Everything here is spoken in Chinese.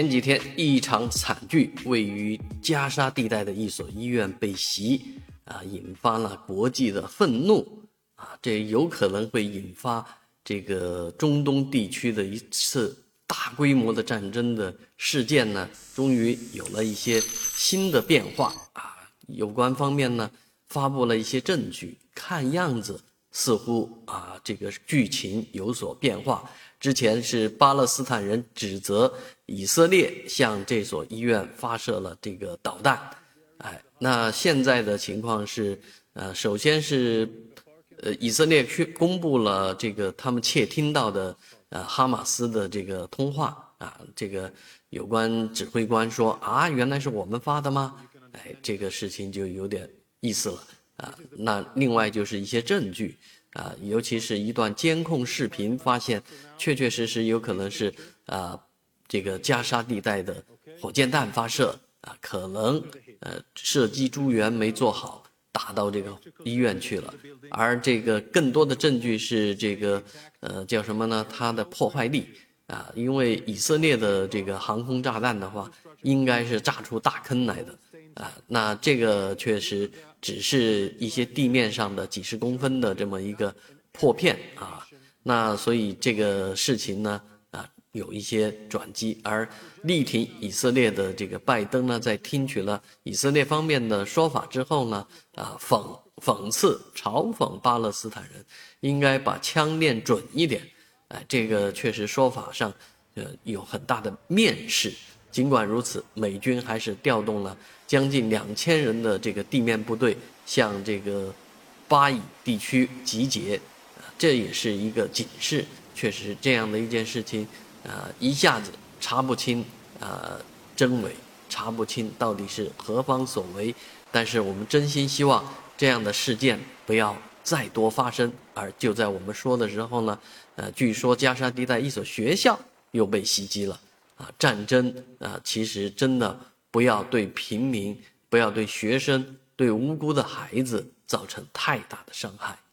前几天，一场惨剧，位于加沙地带的一所医院被袭，引发了国际的愤怒，这有可能会引发这个中东地区的一次大规模的战争的事件呢，终于有了一些新的变化有关方面呢发布了一些证据，看样子似乎这个剧情有所变化。之前是巴勒斯坦人指责以色列向这所医院发射了这个导弹，那现在的情况是，首先是以色列公布了这个他们窃听到的哈马斯的这个通话这个有关指挥官说原来是我们发的吗？这个事情就有点意思了那另外就是一些证据尤其是一段监控视频，发现确确实实有可能是这个加沙地带的火箭弹发射可能射击诸元没做好，打到这个医院去了。而这个更多的证据是这个叫什么呢？它的破坏力因为以色列的这个航空炸弹的话，应该是炸出大坑来的那这个确实只是一些地面上的几十公分的这么一个破片那所以这个事情呢有一些转机。而力挺以色列的这个拜登呢，在听取了以色列方面的说法之后呢讽刺嘲讽巴勒斯坦人应该把枪练准一点这个确实说法上有很大的面势。尽管如此，美军还是调动了将近2000人的这个地面部队向这个巴以地区集结这也是一个警示。确实这样的一件事情一下子查不清真伪，查不清到底是何方所为，但是我们真心希望这样的事件不要再多发生。而就在我们说的时候呢据说加沙地带一所学校又被袭击了战争其实真的不要对平民，不要对学生，对无辜的孩子造成太大的伤害。